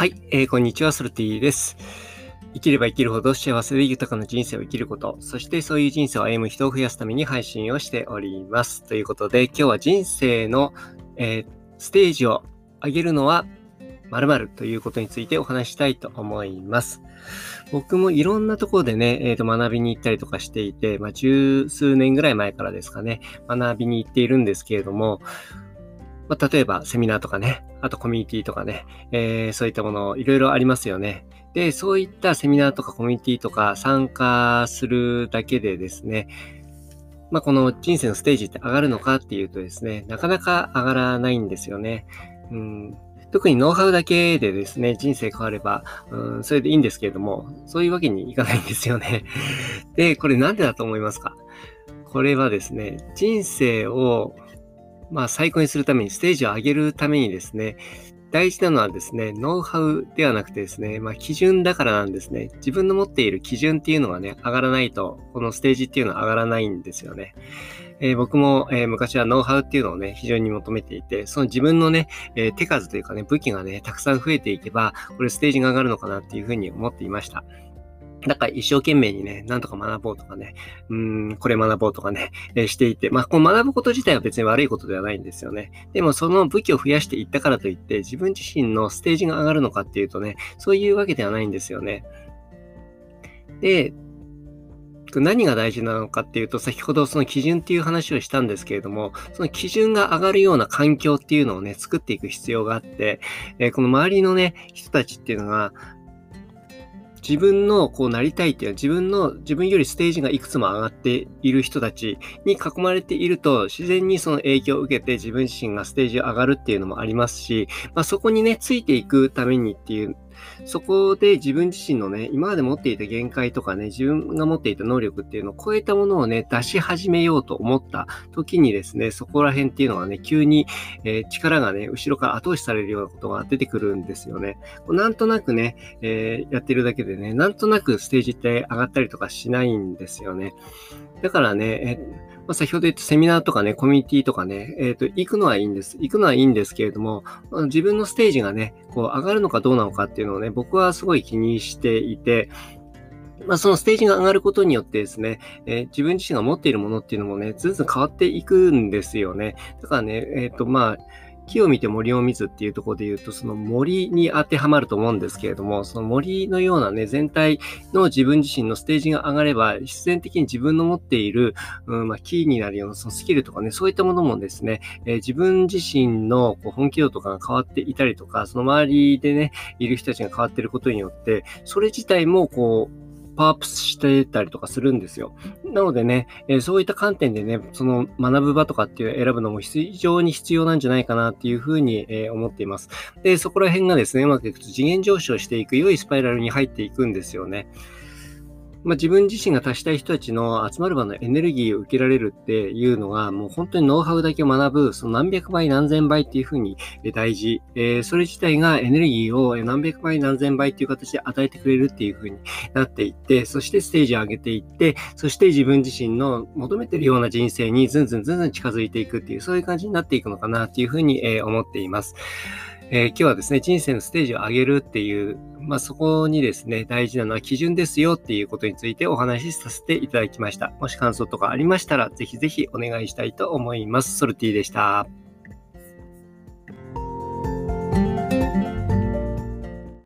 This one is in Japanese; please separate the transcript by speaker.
Speaker 1: はい、こんにちは、ソルティです。生きれば生きるほど幸せで豊かな人生を生きること、そしてそういう人生を歩む人を増やすために配信をしております。ということで、今日は人生の、ステージを上げるのは〇〇ということについてお話したいと思います。僕もいろんなところでね、学びに行ったりとかしていて、十数年ぐらい前からですかね、学びに行っているんですけれども、例えばセミナーとかね、あとコミュニティとかね、そういったものいろいろありますよね。で、そういったセミナーとかコミュニティとか参加するだけでですね、この人生のステージって上がるのかっていうとですね、なかなか上がらないんですよね。特にノウハウだけでですね、人生変われば、それでいいんですけれども、そういうわけにいかないんですよね。で、これなんでだと思いますか？これはですね、人生を最高にするために、ステージを上げるためにですね、大事なのはですね、ノウハウではなくてですね、基準だからなんですね。自分の持っている基準っていうのがね、上がらないと、このステージっていうのは上がらないんですよね。僕も、昔はノウハウっていうのをね、非常に求めていて、その自分のね、手数というかね、武器がね、たくさん増えていけば、これステージが上がるのかなっていうふうに思っていました。だから一生懸命にね、なんとか学ぼうとかね、これ学ぼうとかね、していて、この学ぶこと自体は別に悪いことではないんですよね。でもその武器を増やしていったからといって、自分自身のステージが上がるのかっていうとね、そういうわけではないんですよね。で、何が大事なのかっていうと、先ほどその基準っていう話をしたんですけれども、その基準が上がるような環境っていうのをね、作っていく必要があって、この周りのね、人たちっていうのが、自分のこうなりたいっていうのは自分よりステージがいくつも上がっている人たちに囲まれていると自然にその影響を受けて自分自身がステージ上がるっていうのもありますし、そこにねついていくためにっていう、そこで自分自身のね今まで持っていた限界とかね自分が持っていた能力っていうのを超えたものをね出し始めようと思った時にですね、そこら辺っていうのはね急に、力がね後ろから後押しされるようなことが出てくるんですよね。なんとなくね、やってるだけでね、なんとなくステージって上がったりとかしないんですよね。だからね、先ほど言ったセミナーとかね、コミュニティとかね、行くのはいいんです。行くのはいいんですけれども、自分のステージがね、こう上がるのかどうなのかっていうのをね、僕はすごい気にしていて、そのステージが上がることによってですね、自分自身が持っているものっていうのもね、ずんずん変わっていくんですよね。だからね、木を見て森を見ずっていうところで言うと、その森に当てはまると思うんですけれども、その森のようなね、全体の自分自身のステージが上がれば、必然的に自分の持っている、キーになるようなそのスキルとかね、そういったものもですね、自分自身のこう本気度とかが変わっていたりとか、その周りでね、いる人たちが変わっていることによって、それ自体もこう、パワーアップしてたりとかするんですよ。なのでね、そういった観点でね、その学ぶ場とかっていうのを選ぶのも非常に必要なんじゃないかなっていうふうに、思っています。で、そこら辺がですね、うまくいくと次元上昇していく良いスパイラルに入っていくんですよね。自分自身が達したい人たちの集まる場のエネルギーを受けられるっていうのが、もう本当にノウハウだけを学ぶ、その何百倍何千倍っていうふうに大事。それ自体がエネルギーを何百倍何千倍っていう形で与えてくれるっていうふうになっていって、そしてステージを上げていって、そして自分自身の求めているような人生にずんずん近づいていくっていう、そういう感じになっていくのかなっていうふうに思っています。今日はですね、人生のステージを上げるっていう、そこにですね、大事なのは基準ですよっていうことについてお話しさせていただきました。もし感想とかありましたら、ぜひぜひお願いしたいと思います。ソルティでした。